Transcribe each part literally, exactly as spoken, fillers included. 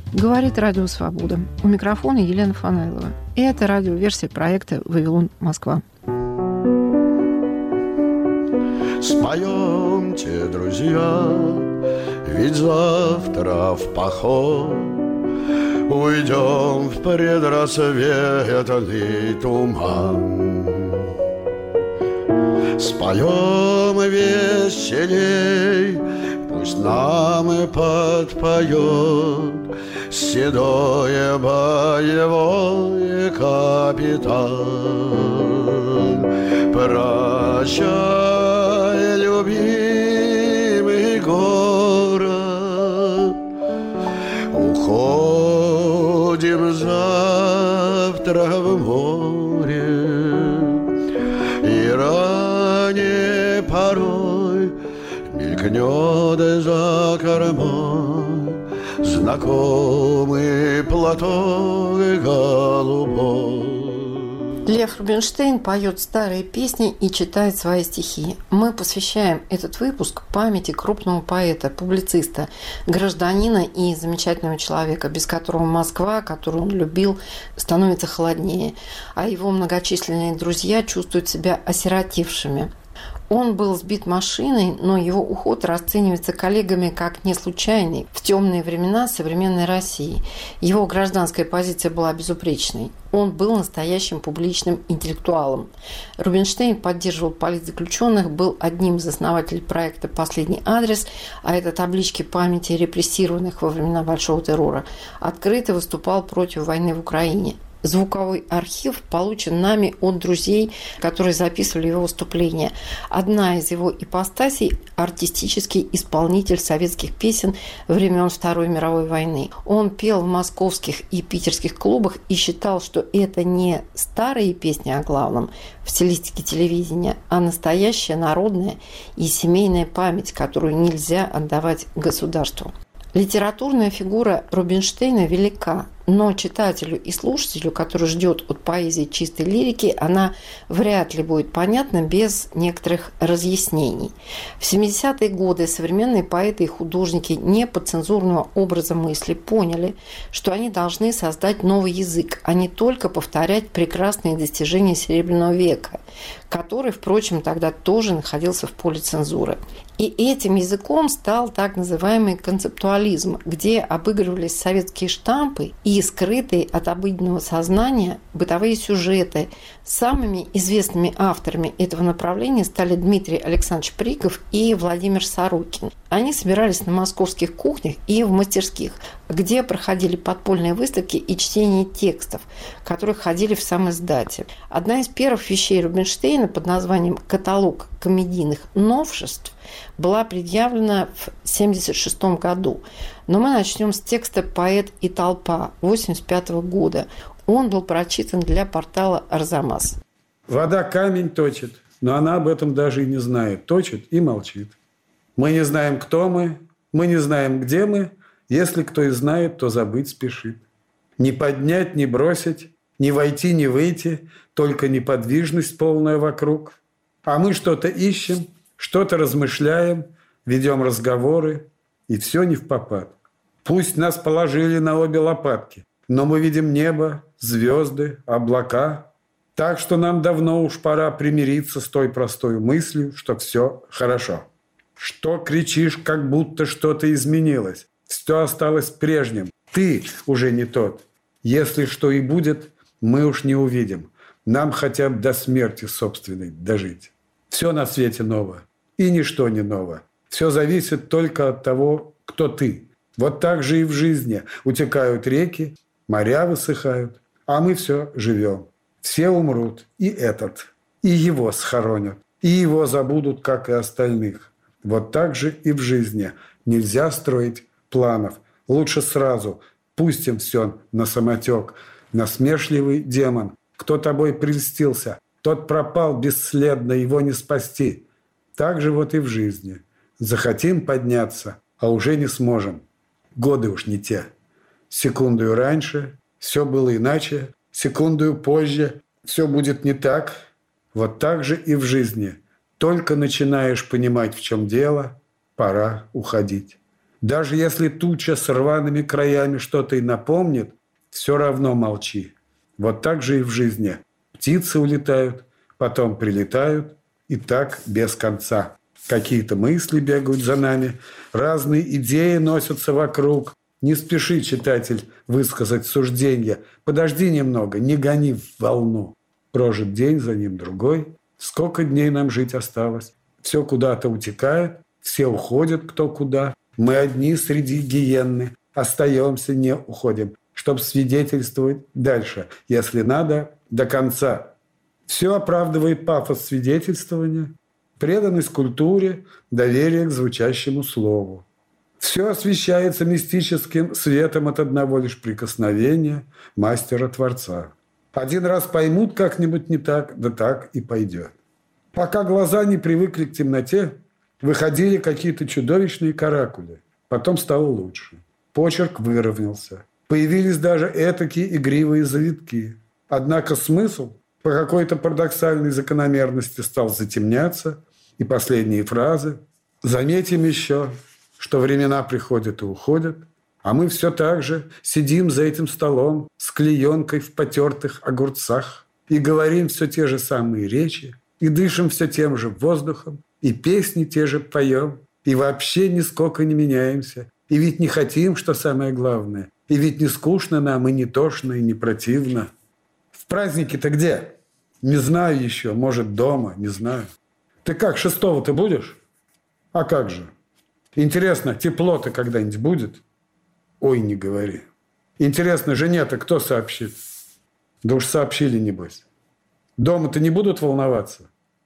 Говорит Радио Свобода. У микрофона Елена Фанайлова. И это радиоверсия проекта «Вавилон, Москва». Споемте, друзья, ведь завтра в поход уйдем в предрассветный туман. Споем веселей, пусть нам и подпоет седое боевой капитан. Прощай, любимый город, уходим завтра в море, и ранее порой мелькнет за кормой знакомый платок голубой. Лев Рубинштейн поет старые песни и читает свои стихи. Мы посвящаем этот выпуск памяти крупного поэта, публициста, гражданина и замечательного человека, без которого Москва, которую он любил, становится холоднее, а его многочисленные друзья чувствуют себя осиротевшими. Он был сбит машиной, но его уход расценивается коллегами как не случайный в темные времена современной России. Его гражданская позиция была безупречной. Он был настоящим публичным интеллектуалом. Рубинштейн поддерживал политзаключенных, был одним из основателей проекта «Последний адрес», а это таблички памяти репрессированных во времена Большого террора. Открыто выступал против войны в Украине. Звуковой архив получен нами от друзей, которые записывали его выступления. Одна из его ипостасей – артистический исполнитель советских песен времен Второй мировой войны. Он пел в московских и питерских клубах и считал, что это не старые песни о главном в стилистике телевидения, а настоящая народная и семейная память, которую нельзя отдавать государству. Литературная фигура Рубинштейна велика, но читателю и слушателю, который ждет от поэзии чистой лирики, она вряд ли будет понятна без некоторых разъяснений. В семидесятые годы современные поэты и художники неподцензурного образа мысли поняли, что они должны создать новый язык, а не только повторять прекрасные достижения Серебряного века, который, впрочем, тогда тоже находился в поле цензуры. И этим языком стал так называемый концептуализм, где обыгрывались советские штампы и скрытые от обыденного сознания бытовые сюжеты. Самыми известными авторами этого направления стали Дмитрий Александрович Приков и Владимир Сорокин. Они собирались на московских кухнях и в мастерских, где проходили подпольные выставки и чтение текстов, которые ходили в самиздате. Одна из первых вещей Рубинштейна под названием «Каталог комедийных новшеств» была предъявлена в семьдесят шестом году. Но мы начнем с текста «Поэт и толпа» восемьдесят пятого года. Он был прочитан для портала «Арзамас». Вода камень точит, но она об этом даже и не знает. Точит и молчит. Мы не знаем, кто мы, мы не знаем, где мы. Если кто и знает, то забыть спешит. Не поднять, не бросить, не войти, не выйти, только неподвижность полная вокруг. А мы что-то ищем, что-то размышляем, ведем разговоры, и все не впопад. Пусть нас положили на обе лопатки, но мы видим небо, звезды, облака. Так что нам давно уж пора примириться с той простой мыслью, что все хорошо. Что кричишь, как будто что-то изменилось? Все осталось прежним. Ты уже не тот. Если что и будет, мы уж не увидим. Нам хотя бы до смерти собственной дожить. Все на свете ново. И ничто не ново. Все зависит только от того, кто ты. Вот так же и в жизни. Утекают реки, моря высыхают, а мы все живем. Все умрут, и этот, и его схоронят, и его забудут, как и остальных. Вот так же и в жизни. Нельзя строить планов. Лучше сразу пустим все на самотек. Насмешливый демон. Кто тобой прельстился, тот пропал бесследно, его не спасти. Так же вот и в жизни. Захотим подняться, а уже не сможем. Годы уж не те. Секундою раньше все было иначе, секундою позже все будет не так. Вот так же и в жизни. Только начинаешь понимать, в чем дело, пора уходить. Даже если туча с рваными краями что-то и напомнит, все равно молчи. Вот так же и в жизни. Птицы улетают, потом прилетают, и так без конца. Какие-то мысли бегают за нами, разные идеи носятся вокруг. Не спеши, читатель, высказать суждение. Подожди немного, не гони в волну. Прожит день, за ним другой. Сколько дней нам жить осталось? Все куда-то утекает, все уходят кто куда. Мы одни среди гиенны, остаемся, не уходим, чтобы свидетельствовать дальше, если надо, до конца. Все оправдывает пафос свидетельствования, преданность культуре, доверие к звучащему слову. Все освещается мистическим светом от одного лишь прикосновения мастера-творца. Один раз поймут как-нибудь не так, да так и пойдет. Пока глаза не привыкли к темноте, выходили какие-то чудовищные каракули. Потом стало лучше. Почерк выровнялся. Появились даже этакие игривые завитки. Однако смысл по какой-то парадоксальной закономерности стал затемняться, и последние фразы. Заметим еще, что времена приходят и уходят, а мы все так же сидим за этим столом с клеенкой в потертых огурцах и говорим все те же самые речи, и дышим все тем же воздухом, и песни те же поем, и вообще нисколько не меняемся. И ведь не хотим, что самое главное. И ведь не скучно нам, и не тошно, и не противно. В праздники-то где? Не знаю еще. Может, дома, не знаю. Ты как, шестого-то будешь? А как же? Интересно, тепло-то когда-нибудь будет? Ой, не говори. Интересно, жене-то кто сообщит? Да уж сообщили, небось. Дома-то не будут волноваться?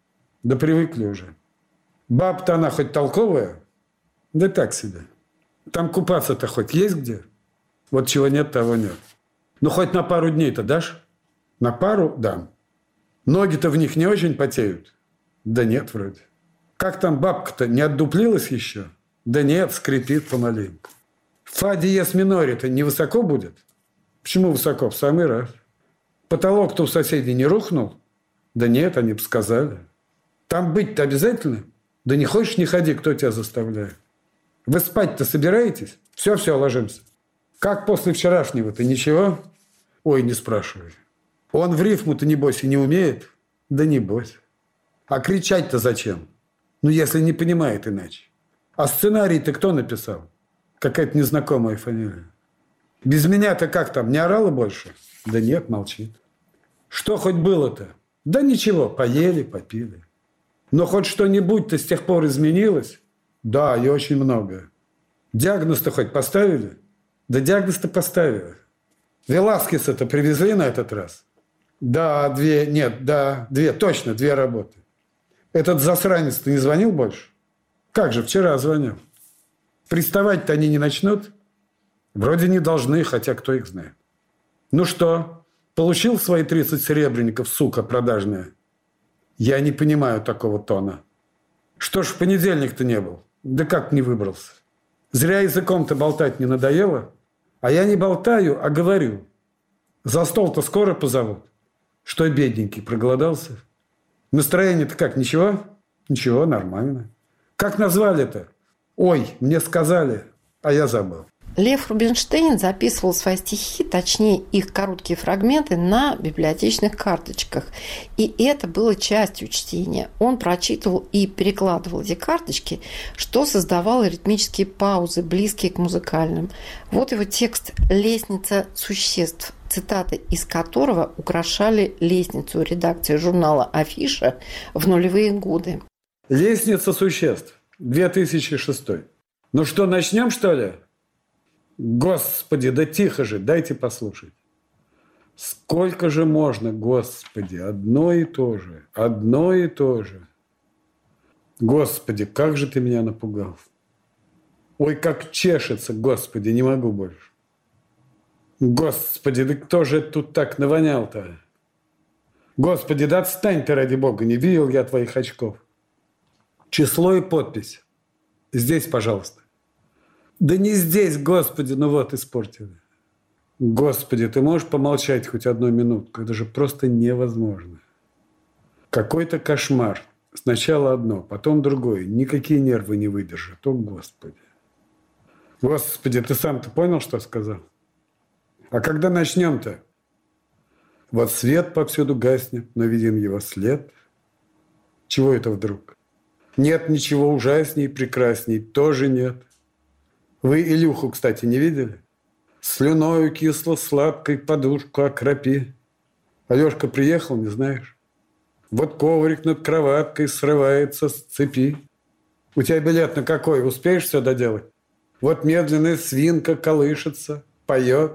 Да привыкли уже. Баб-то она хоть толковая? Да так себе. Там купаться-то хоть есть где? Вот чего нет, того нет. Ну, хоть на пару дней-то дашь? На пару дам. Ноги-то в них не очень потеют? Да нет, вроде. Как там бабка-то, не отдуплилась еще? Да нет, скрипит помаленьку. Фа диез миноре-то не высоко будет? Почему высоко? В самый раз. Потолок-то у соседей не рухнул? Да нет, они бы сказали. Там быть-то обязательно? Да не хочешь, не ходи, кто тебя заставляет. Вы спать-то собираетесь? Все-все, ложимся. Как после вчерашнего-то, ничего? Ой, не спрашивай. Он в рифму-то, небось, и не умеет? Да небось. А кричать-то зачем? Ну, если не понимает иначе. А сценарий-то кто написал? Какая-то незнакомая фамилия. Без меня-то как там, не орала больше? Да нет, молчит. Что хоть было-то? Да ничего, поели, попили. Но хоть что-нибудь-то с тех пор изменилось? Да, и очень многое. Диагноз-то хоть поставили? Да диагноз-то поставили. Веласкеса-то привезли на этот раз? Да, две, нет, да, две, точно, две работы. Этот засранец-то не звонил больше? Как же, вчера звонил. Приставать-то они не начнут? Вроде не должны, хотя кто их знает. Ну что, получил свои тридцать серебряников, сука продажная? Я не понимаю такого тона. Что ж в понедельник-то не был? Да как не выбрался? Зря языком-то болтать не надоело? А я не болтаю, а говорю. За стол-то скоро позовут? Что, бедненький, проголодался? Настроение-то как, ничего? Ничего, нормально. Как назвали-то? Ой, мне сказали, а я забыл. Лев Рубинштейн записывал свои стихи, точнее их короткие фрагменты, на библиотечных карточках. И это было частью чтения. Он прочитывал и перекладывал эти карточки, что создавало ритмические паузы, близкие к музыкальным. Вот его текст «Лестница существ», цитаты из которого украшали лестницу редакции журнала «Афиша» в нулевые годы. «Лестница существ», две тысячи шестой. Ну что, начнем, что ли? Господи, да тихо же, дайте послушать. Сколько же можно, Господи, одно и то же, одно и то же. Господи, как же ты меня напугал. Ой, как чешется, Господи, не могу больше. Господи, да кто же тут так навонял-то? Господи, да отстань ты, ради Бога, не видел я твоих очков. Число и подпись. Здесь, пожалуйста. Да не здесь, Господи, ну вот испортили. Господи, ты можешь помолчать хоть одну минутку? Это же просто невозможно. Какой-то кошмар. Сначала одно, потом другое. Никакие нервы не выдержат. О, Господи. Господи, ты сам-то понял, что сказал? А когда начнем-то? Вот свет повсюду гаснет, но виден его след. Чего это вдруг? Нет ничего ужасней, прекрасней, тоже нет. Вы Илюху, кстати, не видели? Слюною кисло-сладкой подушку окропи. Алешка приехал, не знаешь? Вот коврик над кроваткой срывается с цепи. У тебя билет на какой? Успеешь все доделать? Вот медленная свинка колышется, поет.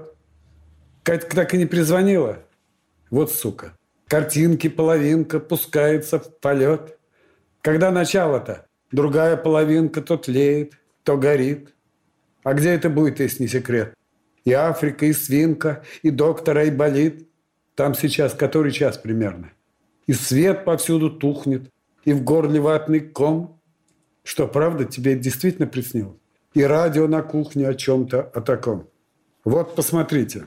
Катька так и не призвонила. Вот сука. Картинки половинка пускается в полет. Когда начало-то? Другая половинка то тлеет, то горит. А где это будет, если не секрет? И Африка, и свинка, и доктор Айболит. Там сейчас который час примерно? И свет повсюду тухнет, и в горле ватный ком. Что, правда, тебе действительно приснилось? И радио на кухне о чем-то, о таком. Вот, посмотрите.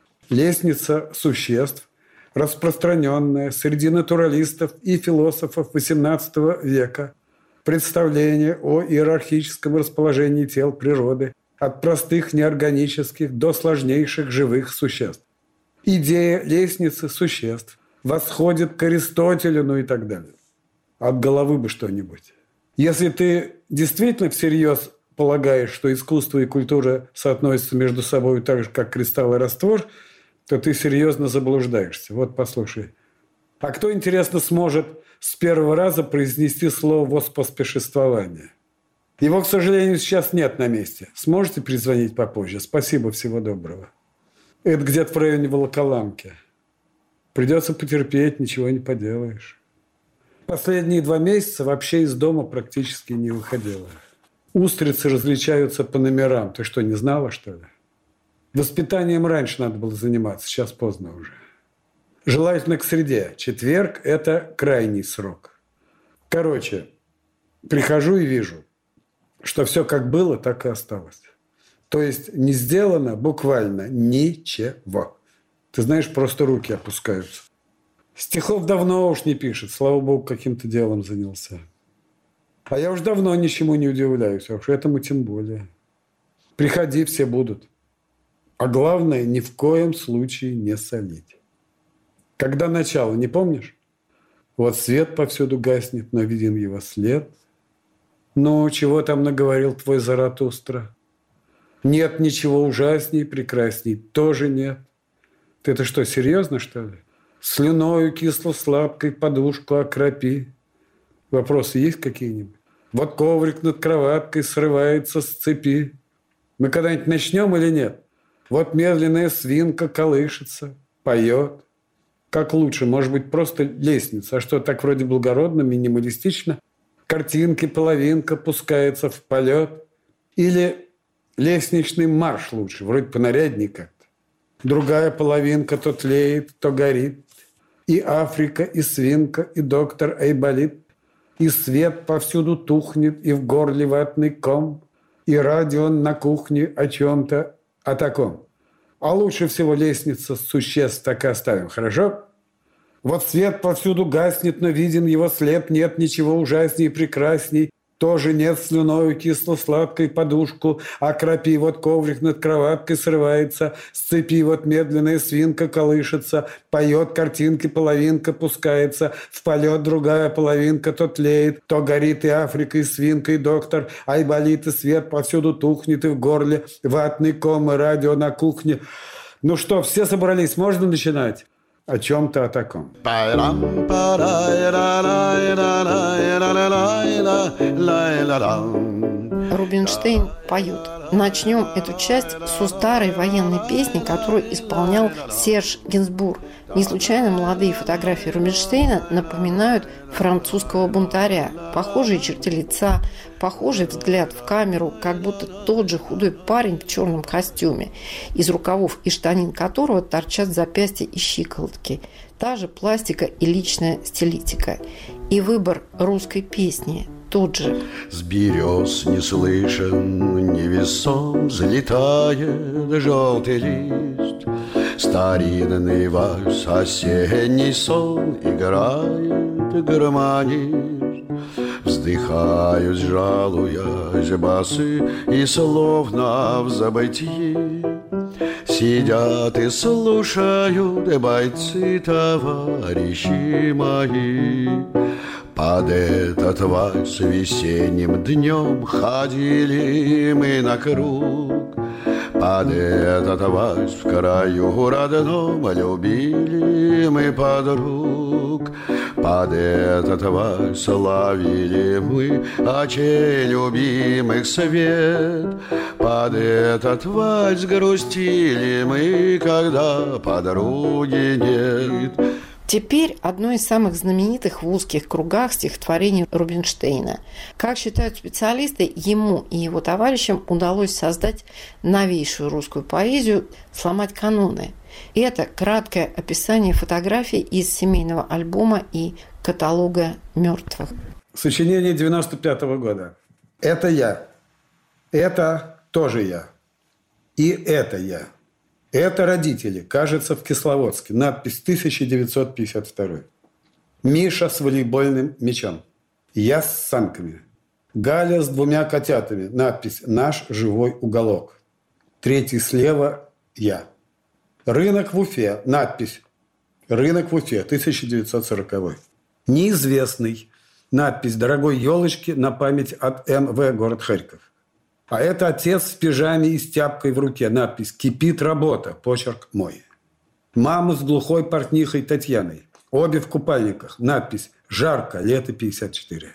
Лестница существ, распространенная среди натуралистов и философов восемнадцатого века. Представление о иерархическом расположении тел природы от простых неорганических до сложнейших живых существ. Идея лестницы существ восходит к Аристотелю, ну и так далее. От головы бы что-нибудь. Если ты действительно всерьез полагаешь, что искусство и культура соотносятся между собой так же, как кристалл и раствор, то ты серьезно заблуждаешься. Вот послушай. А кто, интересно, сможет с первого раза произнести слово «воспоспешествование»? Его, к сожалению, сейчас нет на месте. Сможете перезвонить попозже? Спасибо, всего доброго. Это где-то в районе Волоколамки. Придется потерпеть, ничего не поделаешь. Последние два месяца вообще из дома практически не выходила. Устрицы различаются по номерам. Ты что, не знала, что ли? Воспитанием раньше надо было заниматься, сейчас поздно уже. Желательно к среде. Четверг – это крайний срок. Короче, прихожу и вижу, что все как было, так и осталось. То есть не сделано буквально ничего. Ты знаешь, просто руки опускаются. Стихов давно уж не пишет, слава богу, каким-то делом занялся. А я уж давно ничему не удивляюсь, а уж этому тем более. Приходи, все будут. А главное, ни в коем случае не солить. Когда начало, не помнишь? Вот свет повсюду гаснет, но виден его след. Ну, чего там наговорил твой Заратустра? Нет ничего ужасней, прекрасней, тоже нет. Ты это что, серьезно, что ли? Слюною кисло-сладкой подушку окропи. Вопросы есть какие-нибудь? Вот коврик над кроваткой срывается с цепи. Мы когда-нибудь начнем или нет? Вот медленная свинка колышется, поет. Как лучше? Может быть, просто лестница. А что, так вроде благородно, минималистично? Картинки, половинка пускается в полет. Или лестничный марш лучше, вроде понарядней как-то. Другая половинка то тлеет, то горит. И Африка, и свинка, и доктор Айболит. И свет повсюду тухнет, и в горле ватный ком. И радио на кухне о чем-то, о таком. А лучше всего лестница существ так и оставим, хорошо? Вот свет повсюду гаснет, но виден его след. Нет ничего ужасней и прекрасней. Тоже нет слюною кисло-сладкой подушку окропи. Вот коврик над кроваткой срывается с цепи. Вот медленная свинка колышется, поет, картинки половинка пускается в полет. Другая половинка то тлеет, то горит. И Африка, и свинка, и доктор Айболит, и свет повсюду тухнет, и в горле ватный ком, и радио на кухне. Ну что, все собрались? Можно начинать? О чем-то о таком. Рубинштейн поет. Начнем эту часть со старой военной песни, которую исполнял Серж Гинзбург. Не случайно молодые фотографии Рубинштейна напоминают французского бунтаря. Похожие черты лица, похожий взгляд в камеру, как будто тот же худой парень в черном костюме, из рукавов и штанин которого торчат запястья и щиколотки. Та же пластика и личная стилистика. И выбор русской песни тот же. С берез не слышен, невесом взлетает желтый лист. Старинный вальс, осенний сон играет гармонист. вздыхают, жалуясь басы, и словно в забытии сидят и слушают бойцы, товарищи мои. Под этот вальс весенним днем ходили мы на круг. Под этот вальс в краю родном любили мы подруг. Под этот вальс ловили мы очей любимых свет. Под этот вальс грустили мы, когда подруги нет. Теперь одно из самых знаменитых в узких кругах стихотворений Рубинштейна. Как считают специалисты, ему и его товарищам удалось создать новейшую русскую поэзию, сломать каноны. И это краткое описание фотографий из семейного альбома и каталога мертвых. Сочинение девяносто пятого года. Это я. Это тоже я. И это я. Это родители, кажется, в Кисловодске. Надпись тысяча девятьсот пятьдесят второй. Миша с волейбольным мячом. Я с санками. Галя с двумя котятами. Надпись «Наш живой уголок». Третий слева я. Рынок в Уфе. Надпись «Рынок в Уфе», тысяча девятьсот сороковой. Неизвестный. Надпись «Дорогой елочки» на память от эм вэ город Харьков. А это отец в пижаме и с тяпкой в руке. Надпись «Кипит работа». Почерк мой. Мама с глухой портнихой Татьяной. Обе в купальниках. Надпись «Жарко. Лето пятьдесят четыре».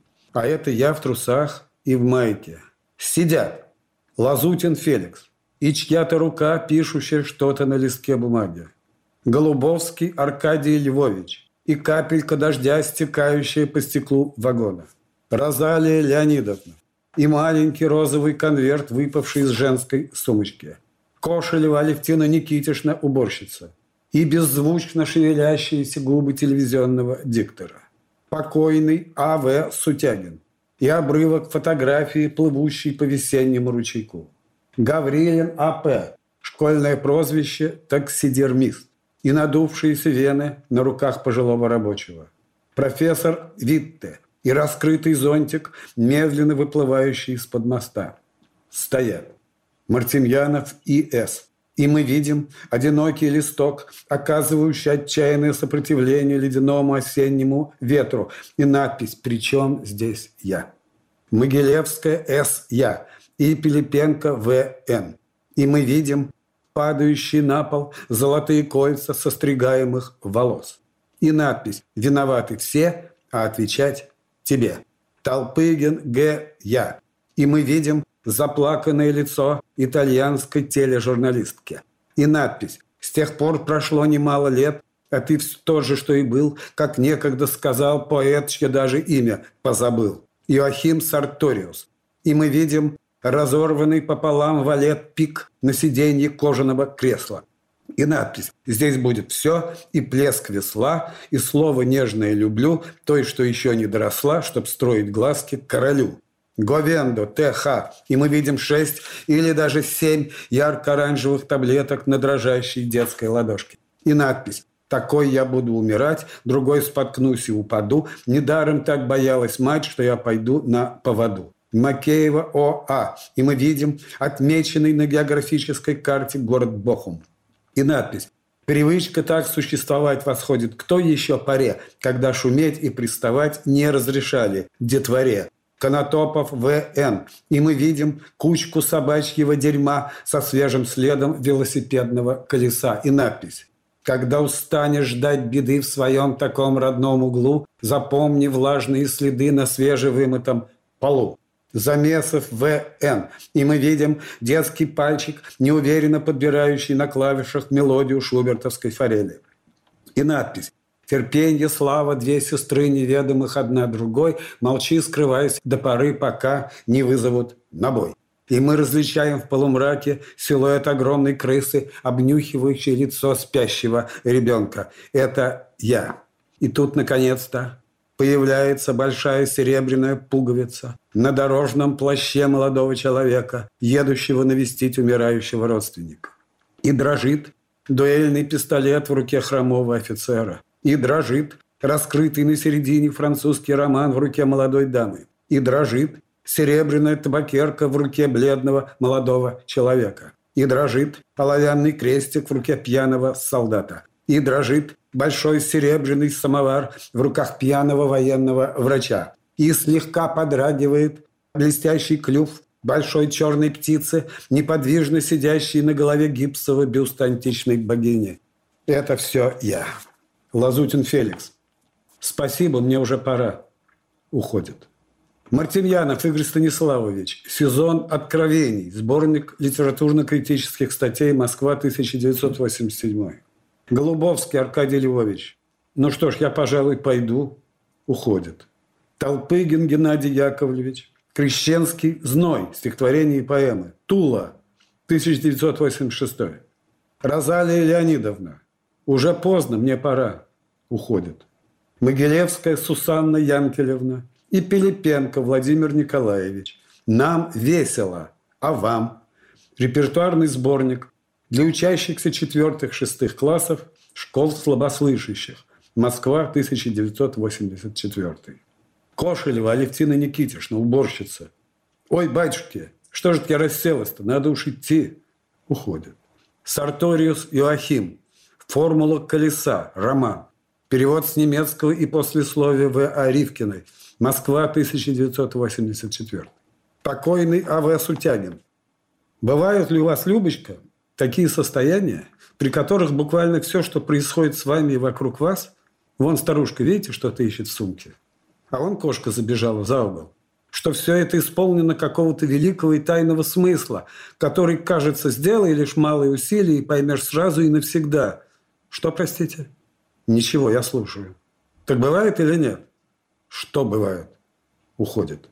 А это я в трусах и в майке. Сидят Лазутин Феликс и чья-то рука, пишущая что-то на листке бумаги. Голубовский Аркадий Львович и капелька дождя, стекающая по стеклу вагона. Розалия Леонидовна и маленький розовый конверт, выпавший из женской сумочки. Кошелева Алевтина Никитишна, уборщица. И беззвучно шевелящиеся губы телевизионного диктора. Покойный А В Сутягин. И обрывок фотографии, плывущей по весеннему ручейку. Гаврилин А П. Школьное прозвище «Таксидермист». И надувшиеся вены на руках пожилого рабочего. Профессор Витте. И раскрытый зонтик, медленно выплывающий из-под моста. Стоят Мартемьянов и С. И мы видим одинокий листок, оказывающий отчаянное сопротивление ледяному осеннему ветру. И надпись «Причем здесь я?». Могилевская С. Я. И Пилипенко В. Н. И мы видим падающие на пол золотые кольца состригаемых волос. И надпись «Виноваты все, а отвечать тебе». Толпыгин Г. Я. И мы видим заплаканное лицо итальянской тележурналистки. И надпись «С тех пор прошло немало лет, а ты все тот же, что и был, как некогда сказал поэт, чье даже имя позабыл. Иоахим Сарториус». И мы видим разорванный пополам валет пик на сиденье кожаного кресла. И надпись «Здесь будет все, и плеск весла, и слово нежное люблю, той, что еще не доросла, чтоб строить глазки королю». Говендо, ТХ. И мы видим шесть или даже семь ярко-оранжевых таблеток на дрожащей детской ладошке. И надпись «Такой я буду умирать, другой споткнусь и упаду. Недаром так боялась мать, что я пойду на поводу». Макеева О.А. И мы видим отмеченный на географической карте город Бохум. И надпись «Привычка так существовать восходит к той еще поре, когда шуметь и приставать не разрешали детворе». Конотопов В Н. И мы видим кучку собачьего дерьма со свежим следом велосипедного колеса. И надпись «Когда устанешь ждать беды в своем таком родном углу, запомни влажные следы на свежевымытом полу». Замесов В Н. И мы видим детский пальчик, неуверенно подбирающий на клавишах мелодию шубертовской форели. И надпись «Терпенье, слава, две сестры неведомых одна другой, молчи, скрываясь до поры, пока не вызовут на бой». И мы различаем в полумраке силуэт огромной крысы, обнюхивающей лицо спящего ребенка. Это я. И тут, наконец-то, появляется большая серебряная пуговица на дорожном плаще молодого человека, едущего навестить умирающего родственника. И дрожит дуэльный пистолет в руке хромого офицера. И дрожит раскрытый на середине французский роман в руке молодой дамы. и дрожит серебряная табакерка в руке бледного молодого человека. И дрожит оловянный крестик в руке пьяного солдата. И дрожит большой серебряный самовар в руках пьяного военного врача. И слегка подрагивает блестящий клюв большой черной птицы, неподвижно сидящей на голове гипсового бюста античной богини. Это все я. Лазутин Феликс. Спасибо, мне уже пора. Уходит. Мартемьянов Игорь Станиславович. «Сезон откровений». Сборник литературно-критических статей. Москва, тысяча девятьсот восемьдесят седьмой. Голубовский Аркадий Львович. Ну что ж, я, пожалуй, пойду. Уходит. Толпыгин Геннадий Яковлевич. Крещенский «Зной». Стихотворение и поэмы. Тула. тысяча девятьсот восемьдесят шестой. Розалия Леонидовна. Уже поздно, мне пора. Уходит. Могилевская Сусанна Янкелевна. И Пилипенко Владимир Николаевич. «Нам весело, а вам?» Репертуарный сборник для учащихся четвертых-шестых классов школ слабослышащих. Москва, тысяча девятьсот восемьдесят четвёртый. Кошелева Алевтина Никитишна, уборщица. «Ой, батюшки, что же я расселась-то? Надо уж идти». Уходит. Сарториус Иоахим. «Формула колеса». Роман. Перевод с немецкого и послесловие В. А. Ривкиной. Москва, тысяча девятьсот восемьдесят четвёртый. Покойный А В. Сутягин. Бывают ли у вас, Любочка, такие состояния, при которых буквально все, что происходит с вами и вокруг вас, вон старушка, видите, что-то ищет в сумке, а вон кошка забежала за угол, что все это исполнено какого-то великого и тайного смысла, который, кажется, сделай лишь малые усилия и поймешь сразу и навсегда. Что, простите? Ничего, я слушаю. Так бывает или нет? Что бывает? Уходит.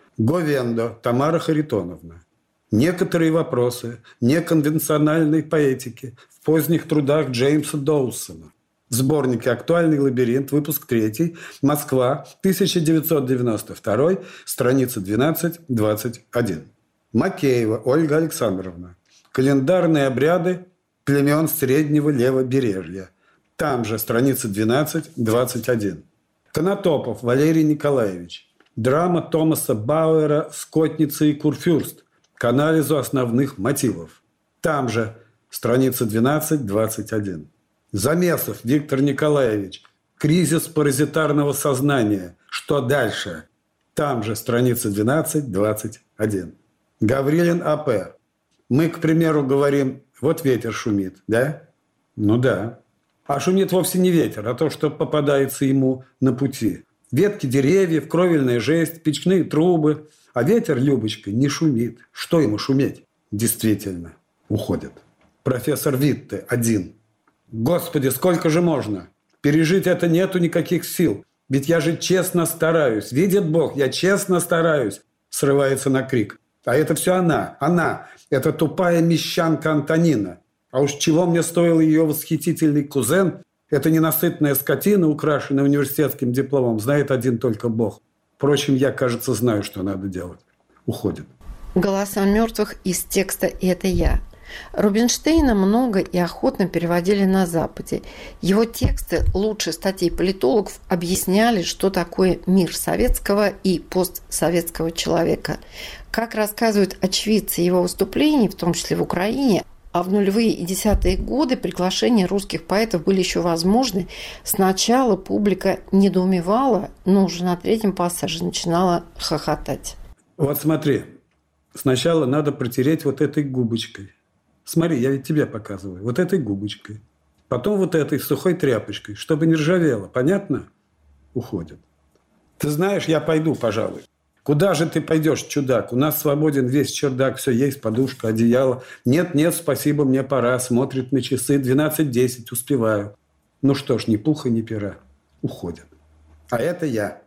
Говендо Тамара Харитоновна. Некоторые вопросы неконвенциональной поэтики в поздних трудах Джеймса Доусона. В сборнике «Актуальный лабиринт», выпуск третий, Москва, тысяча девятьсот девяносто второй, страница двенадцать двадцать один. Макеева Ольга Александровна. Календарные обряды племен Среднего Левобережья. Там же страница двенадцать двадцать один. Конотопов Валерий Николаевич. Драма Томаса Бауэра «Скотница и Курфюрст» к анализу основных мотивов. Там же страница двенадцать двадцать один. Замесов Виктор Николаевич. Кризис паразитарного сознания. Что дальше? Там же страница двенадцать двадцать один. Гаврилин А П. Мы, к примеру, говорим, вот ветер шумит, да? Ну да. А шумит вовсе не ветер, а то, что попадается ему на пути. Ветки деревьев, кровельная жесть, печные трубы. А ветер, Любочка, не шумит. Что ему шуметь? Действительно, уходит. Профессор Витте, один. Господи, сколько же можно? Пережить это нету никаких сил. Ведь я же честно стараюсь. Видит Бог, я честно стараюсь. Срывается на крик. А это все она, она. Это тупая мещанка Антонина. А уж чего мне стоил ее восхитительный кузен, эта ненасытная скотина, украшенная университетским дипломом, знает один только Бог. Впрочем, я, кажется, знаю, что надо делать. Уходит. «Голоса мертвых» из текста «Это я». Рубинштейна много и охотно переводили на Западе. Его тексты лучше статей политологов объясняли, что такое мир советского и постсоветского человека. Как рассказывают очевидцы его выступлений, в том числе в Украине, а в нулевые и десятые годы приглашения русских поэтов были еще возможны. Сначала публика недоумевала, но уже на третьем пассаже начинала хохотать. Вот смотри, сначала надо протереть вот этой губочкой. Смотри, я ведь тебе показываю. Вот этой губочкой. Потом вот этой сухой тряпочкой, чтобы не ржавело. Понятно? Уходит. Ты знаешь, я пойду, пожалуй. Куда же ты пойдешь, чудак? У нас свободен весь чердак, все есть, подушка, одеяло. Нет, нет, спасибо, мне пора. Смотрит на часы, двенадцать десять, успеваю. Ну что ж, ни пуха, ни пера. Уходит. А это я.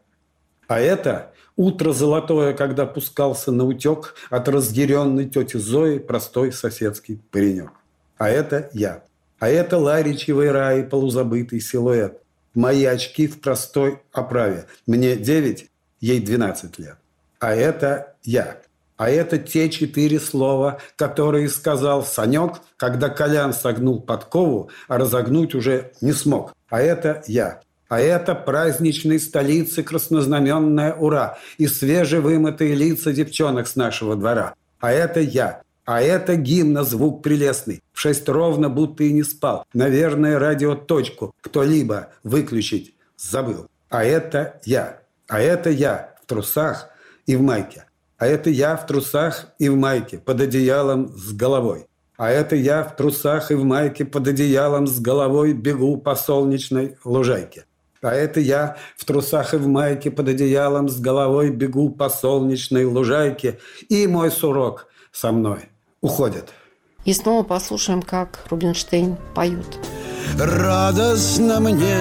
А это утро золотое, когда пускался на утек от разъяренной тети Зои простой соседский паренек. А это я. А это ларичевый рай, полузабытый силуэт. Мои очки в простой оправе. Мне девять, ей двенадцать лет. А это я. А это те четыре слова, которые сказал Санек, когда Колян согнул подкову, а разогнуть уже не смог. А это я. А это праздничной столицы краснознаменное ура и свежевымытые лица девчонок с нашего двора. А это я. А это гимна звук прелестный. В шесть ровно будто и не спал. Наверное, радиоточку кто-либо выключить забыл. А это я. А это я в трусах и в майке. А это я в трусах и в майке под одеялом с головой. А это я в трусах и в майке под одеялом с головой бегу по солнечной лужайке. А это я в трусах и в майке под одеялом с головой бегу по солнечной лужайке. И мой сурок со мной уходит. И снова послушаем, как Рубинштейн поет. Радостно мне,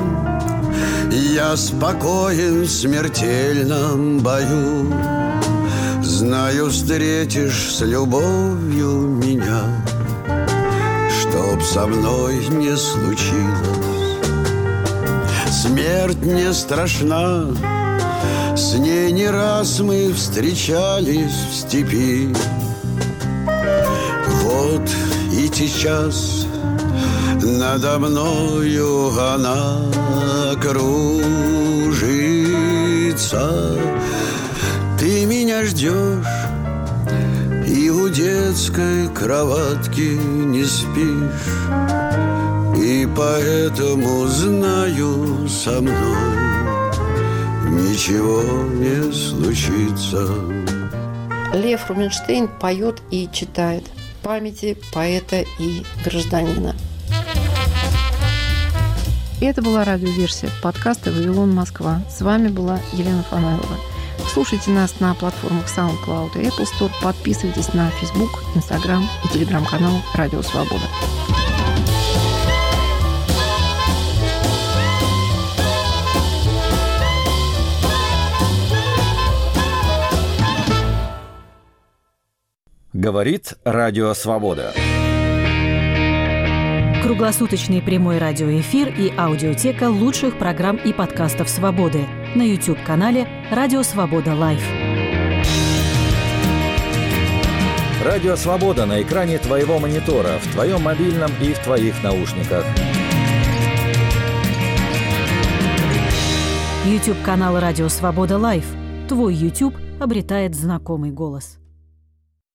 я спокоен в смертельном бою. Знаю, встретишь с любовью меня, чтоб со мной не случилось. Смерть не страшна, с ней не раз мы встречались в степи. Вот и сейчас надо мною она кружится. Ты меня ждешь и у детской кроватки не спишь, и поэтому знаю, со мной ничего не случится. Лев Рубинштейн поет и читает памяти поэта и гражданина. И это была радиоверсия подкаста «Вавилон, Москва». С вами была Елена Фанайлова. Слушайте нас на платформах SoundCloud и Apple Store. Подписывайтесь на Facebook, Instagram и телеграм-канал «Радио Свобода». Говорит Радио Свобода. Круглосуточный прямой радиоэфир и аудиотека лучших программ и подкастов «Свободы» на YouTube-канале «Радио Свобода Лайв». Радио Свобода на экране твоего монитора, в твоем мобильном и в твоих наушниках. YouTube-канал «Радио Свобода Лайв». Твой YouTube обретает знакомый голос.